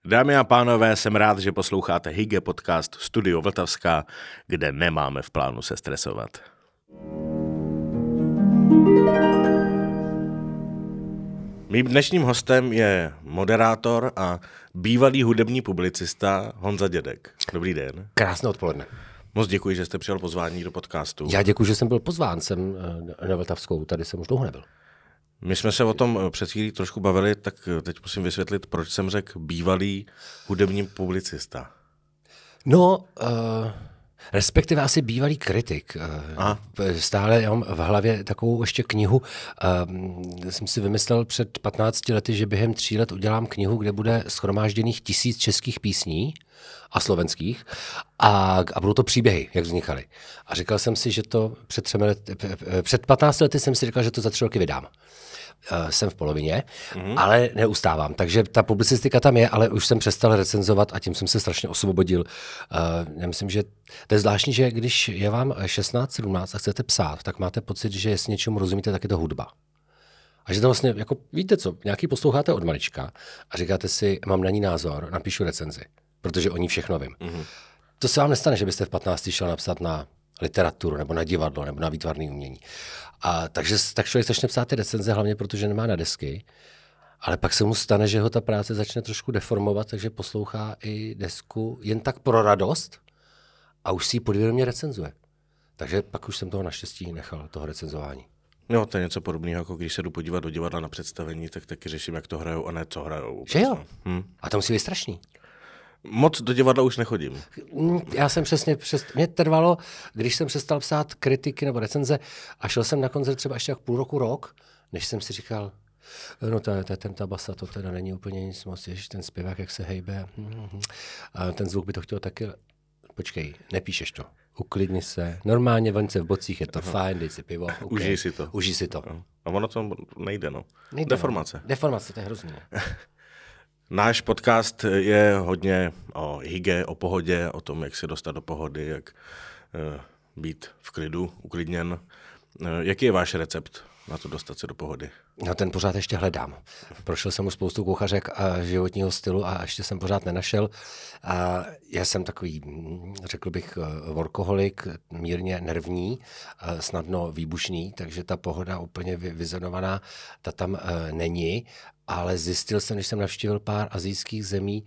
Dámy a pánové, jsem rád, že posloucháte Hygge podcast Studio Vltavská, kde nemáme v plánu se stresovat. Mým dnešním hostem je moderátor a bývalý hudební publicista Honza Dědek. Dobrý den. Krásné odpoledne. Moc děkuji, že jste přijal pozvání do podcastu. Já děkuji, že jsem byl pozván sem na Vltavskou, tady jsem už dlouho nebyl. My jsme se o tom před chvílí trošku bavili, tak teď musím vysvětlit, proč jsem řekl bývalý hudební publicista. No, respektive asi bývalý kritik. Stále já mám v hlavě takovou ještě knihu. Jsem si vymyslel před 15 lety, že během 3 let udělám knihu, kde bude shromážděných 1000 českých písní a slovenských a budou to příběhy, jak vznikaly. A říkal jsem si, že to před 15 lety jsem si říkal, že to za 3 roky vydám. Jsem v polovině, ale neustávám. Takže ta publicistika tam je, ale už jsem přestal recenzovat a tím jsem se strašně osvobodil. Já myslím, že to je zvláštní, že když je vám 16, 17 a chcete psát, tak máte pocit, že jestli něčemu rozumíte, tak je to hudba. A že to vlastně, jako víte co, nějaký posloucháte od malička a říkáte si, mám na ní názor, napíšu recenzi, protože o ní všechno vím. To se vám nestane, že byste v 15 šel napsat na literaturu, nebo na divadlo, nebo na výtvarné umění. Takže tak člověk začne psát ty recenze, hlavně protože nemá na desky, ale pak se mu stane, že ho ta práce začne trošku deformovat, takže poslouchá i desku jen tak pro radost a už si ji podvědomě recenzuje. Takže pak už jsem toho naštěstí nechal, toho recenzování. No, to je něco podobného, jako když se jdu podívat do divadla na představení, tak taky řeším, jak to hrajou a ne co hrajou. Že jo? A to musí být strašný. Moc do divadla už nechodím. Já jsem mě trvalo, když jsem přestal psát kritiky nebo recenze a šel jsem na koncert třeba ještě jak půl roku, rok, než jsem si říkal, no to je ta basa, to teda není úplně nic moc, ježiš, ten zpěvák, jak se hejbe, a ten zvuk by to chtěl taky, počkej, nepíšeš to, uklidni se, normálně vence v bocích, je to fajn, dej si pivo, okay. Užij si to. A ono to nejde, no. Deformace. Deformace, to je hrozný. Náš podcast je hodně o hygge, o pohodě, o tom, jak se dostat do pohody, jak být v klidu, uklidněn. Jaký je váš recept na to dostat se do pohody? No ten pořád ještě hledám. Prošel jsem už spoustu kuchařek a životního stylu a ještě jsem pořád nenašel. A já jsem takový, řekl bych, workoholik, mírně nervní, snadno výbušný, takže ta pohoda úplně vyzonovaná, ta tam není. Ale zjistil jsem, když jsem navštívil pár asijských zemí,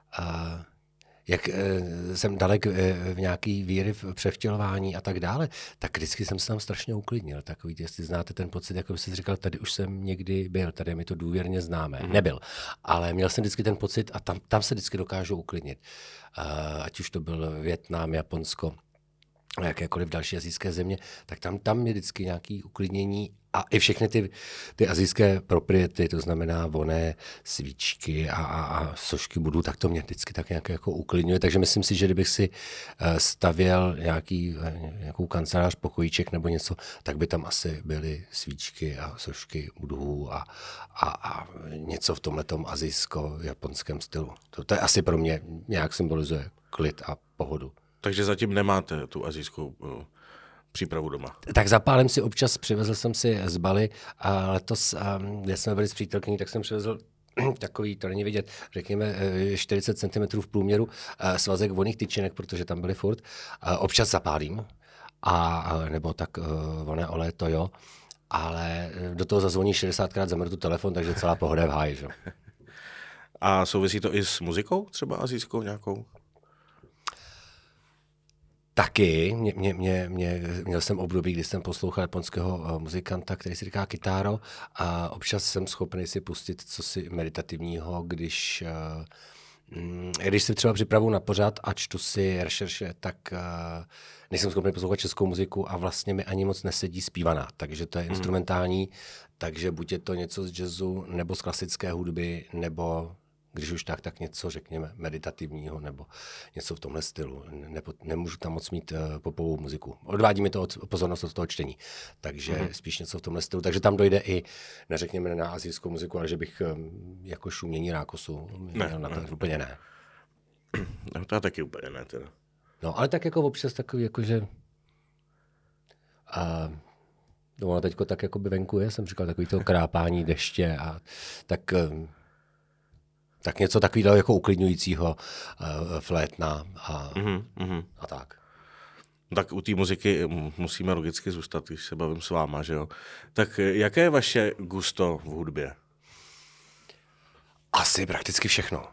jak jsem dalek v nějaký víry v převtělování a tak dále, tak vždycky jsem se tam strašně uklidnil. Takový, jestli znáte ten pocit, jako byste říkal, tady už jsem někdy byl, tady je mi to důvěrně známé. Nebyl, ale měl jsem vždycky ten pocit a tam se vždycky dokážu uklidnit. Ať už to byl Vietnam, Japonsko, jakékoliv další asijské země, tak tam je vždycky nějaké uklidnění a i všechny ty asijské propriety, to znamená voné, svíčky a sošky budů, tak to mě vždycky tak nějak jako uklidňuje. Takže myslím si, že kdybych si stavěl nějakou kancelář, pokojíček nebo něco, tak by tam asi byly svíčky a sošky budů a něco v tomhletom asijsko-japonském stylu. To je asi pro mě nějak symbolizuje klid a pohodu. Takže zatím nemáte tu asijskou přípravu doma? Tak zapálem si občas, přivezl jsem si z Bali a letos, když jsme byli s přítelkyní, tak jsem přivezl takový, to není vidět, řekněme 40 cm v průměru svazek vonných tyčinek, protože tam byly furt. Občas zapálím, nebo tak voné oleje, to jo, ale do toho zazvoní 60krát zamrtu telefon, takže celá pohoda je v háji. Že? A souvisí to i s muzikou třeba asijskou nějakou? Taky. Měl jsem období, kdy jsem poslouchal japonského muzikanta, který si říká Kitaro a občas jsem schopný si pustit cosi meditativního, když si třeba připravu na pořad a čtu si rešerše, tak nejsem schopný poslouchat českou muziku a vlastně mi ani moc nesedí zpívaná, takže to je instrumentální, takže buď je to něco z jazzu nebo z klasické hudby, nebo když už tak něco, řekněme, meditativního nebo něco v tomhle stylu. Nemůžu tam moc mít popovou muziku. Odvádí mi to pozornost od toho čtení. Takže spíš něco v tomhle stylu. Takže tam dojde i, neřekněme, na asijskou muziku, ale že bych jako šumění rákosu měl na to. Úplně ne. No to taky úplně ne teda. No ale tak jako občas takový, jakože no ono teďko tak jako by venku je, jsem říkal, takový to krápání deště a tak Tak něco takového jako uklidňujícího, flétna a tak. Tak u té muziky musíme logicky zůstat, když se bavím s váma, že jo. Tak jaké je vaše gusto v hudbě? Asi prakticky všechno.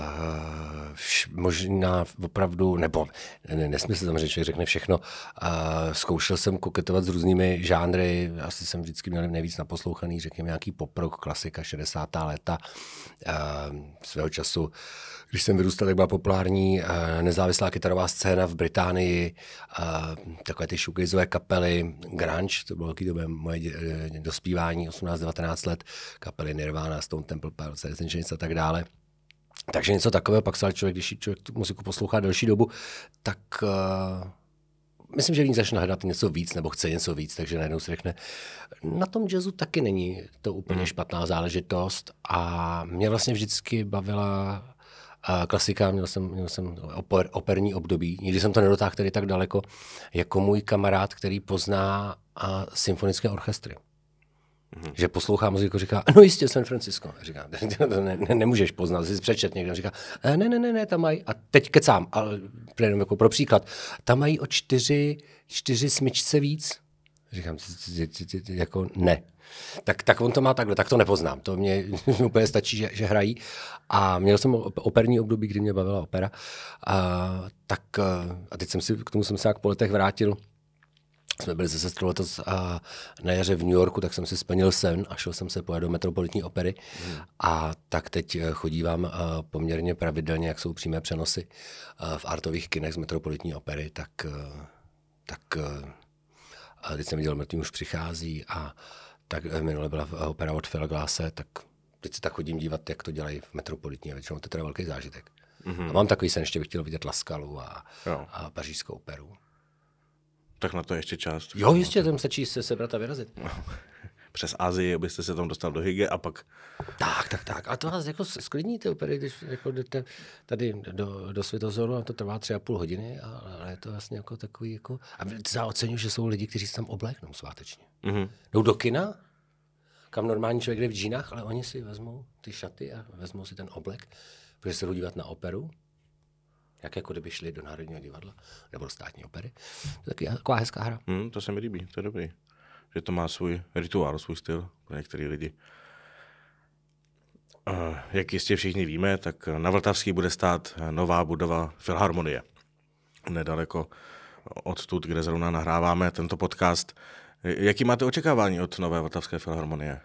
Možná opravdu, nebo nesmysl samozřejmě, že člověk řekne všechno. Zkoušel jsem koketovat s různými žánry, asi jsem vždycky měl nejvíc naposlouchaný, řekněme nějaký pop-rock, klasika 60. léta. Svého času, když jsem vyrůstal, tak byla populární nezávislá kytarová scéna v Británii, takové ty shoegazové kapely, grunge, to bylo taky moje dospívání, 18-19 let, kapely Nirvana, Stone Temple Pilots, a tak dále. Takže něco takového, pak se člověk, když člověk tu muziku poslouchá delší dobu, tak myslím, že v ní začne hledat něco víc, nebo chce něco víc, takže najednou si řekne, na tom jazzu taky není to úplně špatná záležitost a mě vlastně vždycky bavila klasika, měl jsem operní období, nikdy jsem to nedotáhl tedy tak daleko, jako můj kamarád, který pozná symfonické orchestry. Že poslouchá muziku, říká, no jistě San Francisco. Říká, nemůžeš poznat, jsi přečet někdo. Říká, ne, tam mají, a teď kecám, ale jenom jako pro příklad, tam mají o 4 smyčce víc. Říkám, jako ne. Tak on to má takhle, tak to nepoznám. To mě úplně stačí, že hrají. A měl jsem operní období, kdy mě bavila opera. A teď k tomu jsem se po letech vrátil. Jsme byli se sestrou letos na jaře v New Yorku, tak jsem si splnil sen a šel jsem se pojet do Metropolitní opery. A tak teď chodívám poměrně pravidelně, jak jsou přímé přenosy v artových kinech z Metropolitní opery, tak teď jsem viděl, Mrtvý muž přichází a tak minule byla opera od Phila Glasse, tak teď se tak chodím dívat, jak to dělají v Metropolitní a většinou to je teda velký zážitek. A mám takový sen, ještě bych chtěl vidět La Scalu a Pařížskou operu. Tak na to ještě čas. Jo, jistě, tam stačí se sebrat a vyrazit. Přes Asii, abyste se tam dostal do Hygy a pak... Tak. A to vás jako sklidní ty opery, když jako jdete tady do Světozoru a to trvá 3,5 hodiny, ale je to vlastně jako takový jako... A já oceňuji, že jsou lidi, kteří se tam obléknou svátečně. Jdou do kina, kam normální člověk jde v džínách, ale oni si vezmou ty šaty a vezmou si ten oblek, protože se jdou dívat na operu. Jak jako kdyby šli do Národního divadla nebo do Státní opery. To je taková hezká hra. To se mi líbí, to je dobrý. Že to má svůj rituál, svůj styl pro některý lidi. Jak jistě všichni víme, tak na Vltavský bude stát nová budova Filharmonie. Nedaleko odtud, kde zrovna nahráváme tento podcast. Jaký máte očekávání od nové Vltavské filharmonie?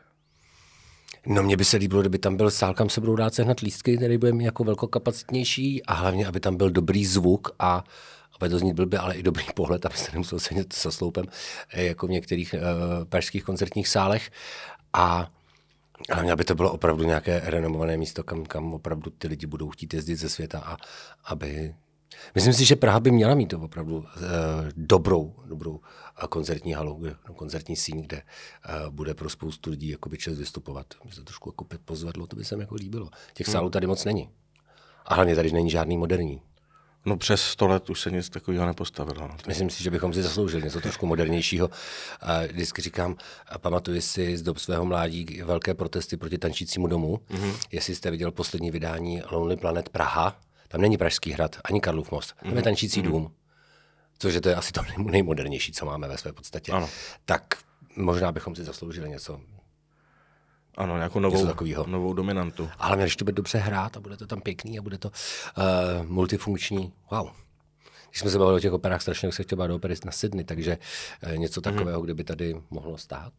No mně by se líbilo, kdyby tam byl sál, kam se budou dát sehnat lístky, který bude mít jako velkokapacitnější a hlavně, aby tam byl dobrý zvuk a aby to znít blbě, ale i dobrý pohled, aby se nemusel sedět se sloupem, jako v některých pražských koncertních sálech. A hlavně, aby to bylo opravdu nějaké renomované místo, kam opravdu ty lidi budou chtít jezdit ze světa a aby... Myslím si, že Praha by měla mít to opravdu dobrou koncertní halu, koncertní síň, kde bude pro spoustu lidí jakoby čas vystupovat. Mě se trošku jako pozvedlo, to by se mi jako líbilo. Těch sálů tady moc není. A hlavně tady není žádný moderní. No přes 100 let už se nic takového nepostavilo. No. Myslím si, že bychom si zasloužili něco trošku modernějšího. Vždycky říkám, pamatuji si z dob svého mládí velké protesty proti tančícímu domu. Jestli jste viděl poslední vydání Lonely Planet Praha, tam není Pražský hrad, ani Karlův most. Tam je tančící dům. Což to je asi to nejmodernější, co máme ve své podstatě. Ano. Tak možná bychom si zasloužili něco. Ano, nějakou novou dominantu. Ale když to bude dobře hrát a bude to tam pěkný a bude to multifunkční. Wow. Když jsme se bavili o těch operách, strašně se chtěl bát do opery na Sydney, takže něco takového, kdyby tady mohlo stát.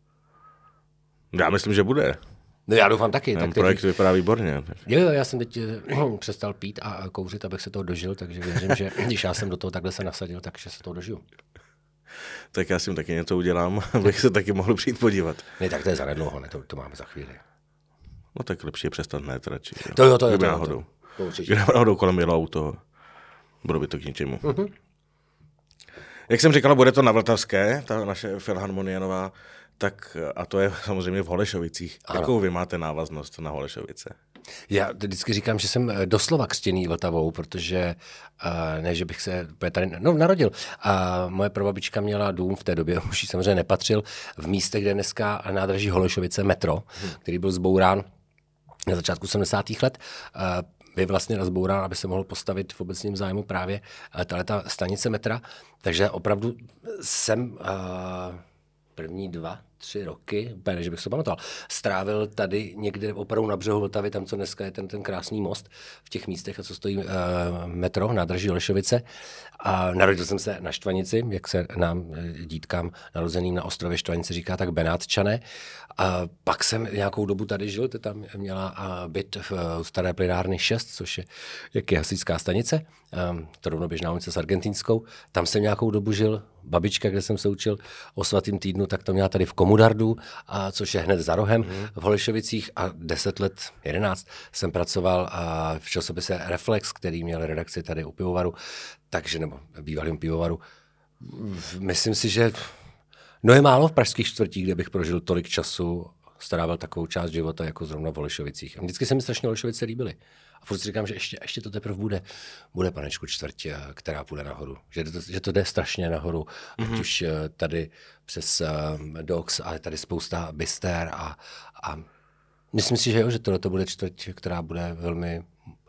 Já myslím, že bude. No já doufám taky. Tak projekt vypadá výborně. Jo, já jsem teď přestal pít a kouřit, abych se toho dožil, takže věřím, že když já jsem do toho takhle se nasadil, takže se toho dožiju. Tak já s tím taky něco udělám, abych se taky mohl přijít podívat. Ne, tak to je zanedlouho, ne, to máme za chvíli. No tak lepší je přestat net radši. To je náhodou. Kdyby náhodou kolem jelo auto, bylo by to k ničemu. Jak jsem říkal, bude to na Vltavské, ta naše filharmonie nová, tak a to je samozřejmě v Holešovicích. Ano. Jakou vy máte návaznost na Holešovice? Já vždycky říkám, že jsem doslova křtěný Vltavou, protože ne, že bych se tady narodil. A moje prababička měla dům v té době, už jí samozřejmě nepatřil, v místě, kde dneska nádraží Holešovice metro, který byl zbourán na začátku 70. let. Je vlastně nazbourán, aby se mohl postavit v obecním zájmu právě tato stanice metra. Takže opravdu jsem první 2-3 roky, úplně ne, že bych se to pamatoval, strávil tady někde opravdu na břehu Vltavy, tam, co dneska je ten krásný most, v těch místech, a co stojí metro, nádraží Olešovice. A narodil jsem se na Štvanici, jak se nám dítkám narozeným na ostrově Štvanice říká, tak Benátčané. A pak jsem nějakou dobu tady žil, to tam měla byt v staré plynárny 6, což je hasičská stanice, to rovnoběžná ulice s Argentínskou. Tam jsem nějakou dobu žil, babička, kde jsem se učil o svatým týdnu, tak to měla tady v Komudardu, což je hned za rohem v Holešovicích, a 10 let, 11 jsem pracoval v časopise Reflex, který měl redakci tady u pivovaru, takže, nebo bývalým pivovaru. Myslím si, že je málo v pražských čtvrtích, kde bych prožil tolik času, strávil takovou část života jako zrovna v Holešovicích. A vždycky se mi strašně Holešovice líbily. A furt si říkám, že ještě to teprve bude Panečku čtvrť, která půjde nahoru. Že to jde strašně nahoru. Ať už tady přes Docs, ale tady spousta bister a myslím si, že jo, že tohle bude čtvrť, která bude velmi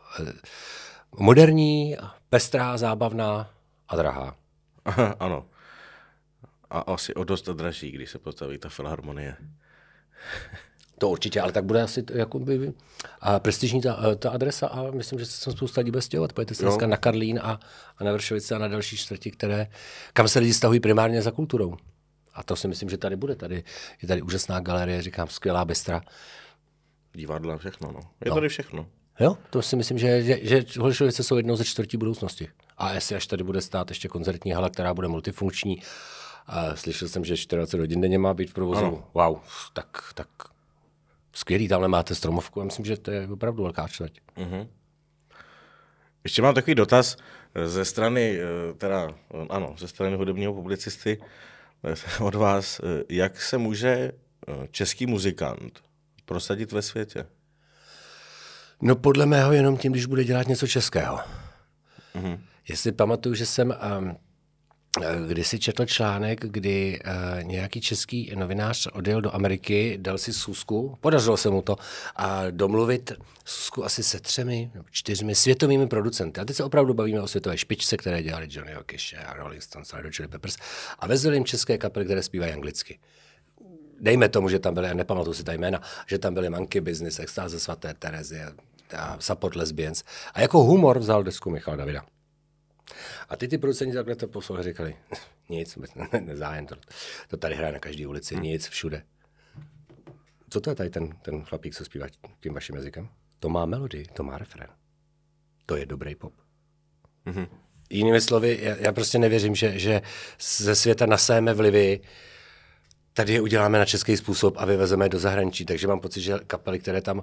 moderní, pestrá, zábavná a drahá. Aha, ano. A asi o dost dražší, když se postaví ta filharmonie. To určitě, ale tak bude asi jakoby prestižní ta adresa a myslím, že se sem spousta lidí bude stěhovat. Pojďte se dneska na Karlín a na Vršovice a na další čtvrti, kam se lidi stahují primárně za kulturou. A to si myslím, že tady bude. Je tady úžasná galerie, říkám, skvělá bystra. Divadla, všechno, no. Je tady všechno. Jo, to si myslím, že Holešovice jsou jednou ze čtvrtí budoucnosti. A jestli až tady bude stát ještě koncertní hala, která bude multifunkční. A slyšel jsem, že 14 hodin denně má být v provozu. Ano. Wow, tak skvělý, tamhle máte stromovku. Já myslím, že to je opravdu velká čtvrť. Uh-huh. Ještě mám takový dotaz ze strany, ze strany hudebního publicisty od vás. Jak se může český muzikant prosadit ve světě? No podle mého jenom tím, když bude dělat něco českého. Uh-huh. Jestli pamatuju, že jsem kdysi četl článek, kdy nějaký český novinář odjel do Ameriky, dal si schůzku, podařilo se mu to, a domluvit schůzku asi se 3 nebo 4 světovými producenty. A teď se opravdu bavíme o světové špičce, které dělali Johnnyho Cashe a Rolling Stones a Red Hot Chili Peppers, a vezli jim české kapely, které zpívají anglicky. Dejme tomu, že tam byly, nepamatuju si ta jména, že tam byly Monkey Business, Extáze svaté Terezy a Support Lesbians. A jako humor vzal desku Michala Davida. A ty producenti takhle to poslouchali, říkali, nic, nezájem, to tady hraje na každé ulici, nic, všude. Co to je tady ten chlapík, co zpívá tím vaším jazykem? To má melodii, to má refrén. To je dobrý pop. Mm-hmm. Jinými slovy, já prostě nevěřím, že ze světa naséme vlivy, tady je uděláme na český způsob a vyvezeme do zahraničí. Takže mám pocit, že kapely, které tam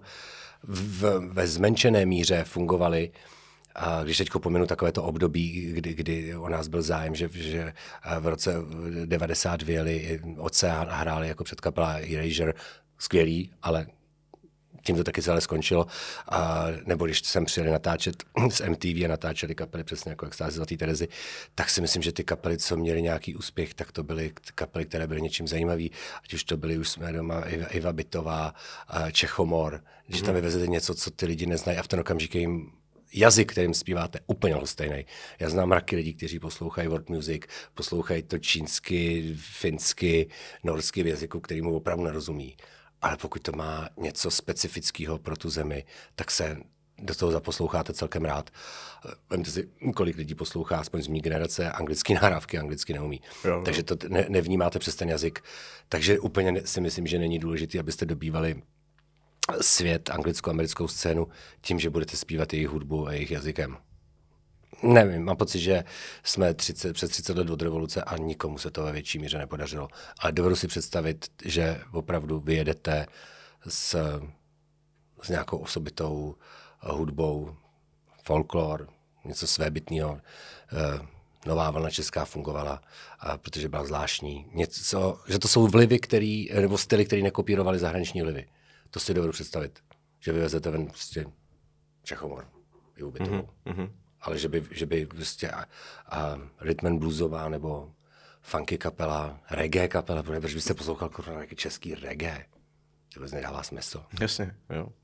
ve zmenšené míře fungovaly, a když teď pominu takovéto období, kdy o nás byl zájem, že v roce 90 vyjeli Oceán a hráli jako předkapela Erasure, skvělý, ale tím to taky celé skončilo. Nebo když jsem přijeli natáčet z MTV a natáčeli kapely přesně jako Extáze svaté Terezy, tak si myslím, že ty kapely, co měly nějaký úspěch, tak to byly kapely, které byly něčím zajímavý. Ať už to byly, už jsme doma, Iva Bytová, Čechomor, když tam vyvezete něco, co ty lidi neznají, a v ten okamžik jim jazyk, kterým zpíváte, úplně lhostejnej. Já znám mraky lidí, kteří poslouchají world music, poslouchají to čínsky, finsky, norsky v jazyku, kterýmu opravdu nerozumí. Ale pokud to má něco specifického pro tu zemi, tak se do toho zaposloucháte celkem rád. Vemte si, kolik lidí poslouchá, aspoň z mý generace, anglický nahrávky, anglicky neumí. Jo. Takže to nevnímáte přes ten jazyk. Takže úplně si myslím, že není důležité, abyste dobývali svět, anglicko-americkou scénu tím, že budete zpívat jejich hudbu a jejich jazykem. Nevím, mám pocit, že jsme přes 30 let od revoluce a nikomu se to ve větší míře nepodařilo. Ale dovedu si představit, že opravdu vyjedete s nějakou osobitou hudbou, folklor, něco svébytného. Nová vlna česká fungovala, protože byla zvláštní. Že to jsou vlivy, nebo styly, které nekopírovaly zahraniční vlivy. To si dovedu představit, že vyvezete ven prostě Čechomor, Ivu Bytovou. Mm-hmm. Ale že by prostě rhythm and bluesová nebo funky kapela, reggae kapela, protože byste poslouchal nějaký český reggae. To vůbec nedává smysl. Jasně, jo.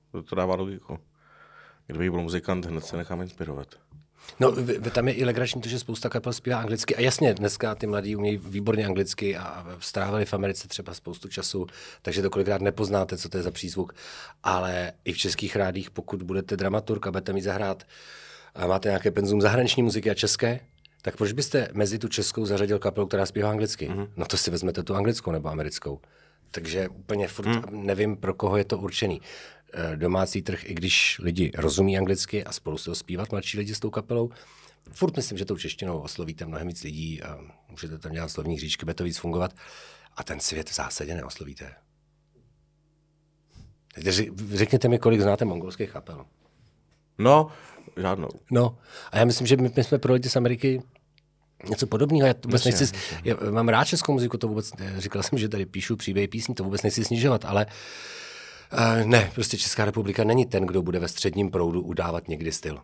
To dává logiku. Kdybych byl muzikant, hned se nechám inspirovat. No, tam je i legrační to, že spousta kapel zpívá anglicky. A jasně, dneska ty mladí umějí výborně anglicky a strávili v Americe třeba spoustu času, takže to kolikrát nepoznáte, co to je za přízvuk. Ale i v českých rádích, pokud budete dramaturg a budete mít zahrát a máte nějaké penzum zahraniční muziky a české, tak proč byste mezi tu českou zařadil kapelu, která zpívá anglicky? No to si vezmete tu anglickou nebo americkou. Takže úplně furt nevím, pro koho je to určený. Domácí trh, i když lidi rozumí anglicky a spolu se ho zpívat, mladší lidi s tou kapelou, furt myslím, že tou češtinou oslovíte mnohem víc lidí a můžete tam dělat slovní hříčky, bude to víc fungovat a ten svět v zásadě neoslovíte. Řekněte mi, kolik znáte mongolských kapel. No, žádnou. No, a já myslím, že my jsme pro lidi z Ameriky něco podobného. Já vůbec nechci, já mám rád českou muziku, to vůbec, říkal jsem, že tady píšu příběhy písní, to vůbec nechci snižovat, ale ne, prostě Česká republika není ten, kdo bude ve středním proudu udávat někdy styl.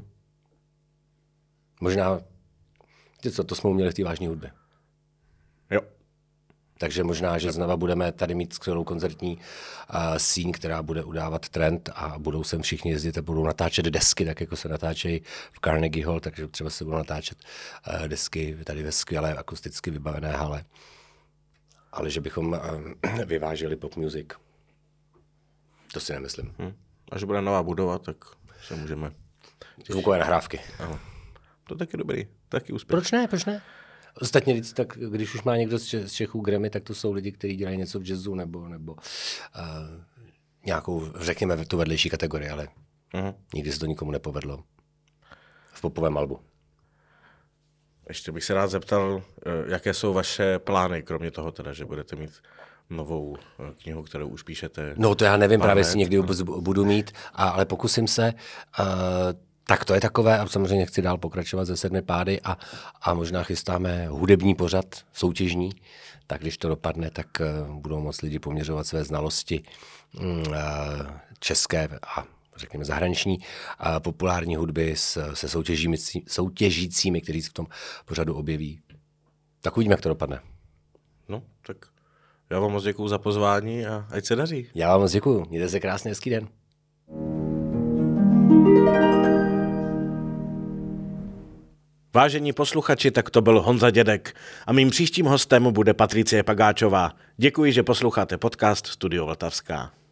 Možná, to jsme uměli v té vážné hudbě. Jo. Takže možná, že znova budeme tady mít skvělou koncertní síň, která bude udávat trend a budou sem všichni jezdit a budou natáčet desky, tak jako se natáčejí v Carnegie Hall, takže třeba se budou natáčet desky tady ve skvělé akusticky vybavené hale. Ale že bychom vyváželi pop music, to si nemyslím. Až bude nová budova, tak se můžeme... Zvukové nahrávky. Ano. To taky dobrý, taky úspěch. Proč ne? Ostatně, tak když už má někdo z Čechů Grammy, tak to jsou lidi, kteří dělají něco v jazzu nebo nějakou, řekněme, tu vedlejší kategorii, ale nikdy se to nikomu nepovedlo v popovém albu. Ještě bych se rád zeptal, jaké jsou vaše plány, kromě toho teda, že budete mít novou knihu, kterou už píšete. No to já nevím, právě si někdy budu mít, ale pokusím se. Tak to je takové a samozřejmě chci dál pokračovat ze 7 pády a možná chystáme hudební pořad soutěžní, tak když to dopadne, tak budou moct lidi poměřovat své znalosti české a řekněme zahraniční a populární hudby se soutěžícími, kteří se v tom pořadu objeví. Tak uvidíme, jak to dopadne. No, tak já vám moc děkuju za pozvání a ať se daří. Já vám moc děkuju. Mějte se krásný, hezký den. Vážení posluchači, tak to byl Honza Dědek a mým příštím hostem bude Patricie Pagáčová. Děkuji, že posloucháte podcast Studio Vltavská.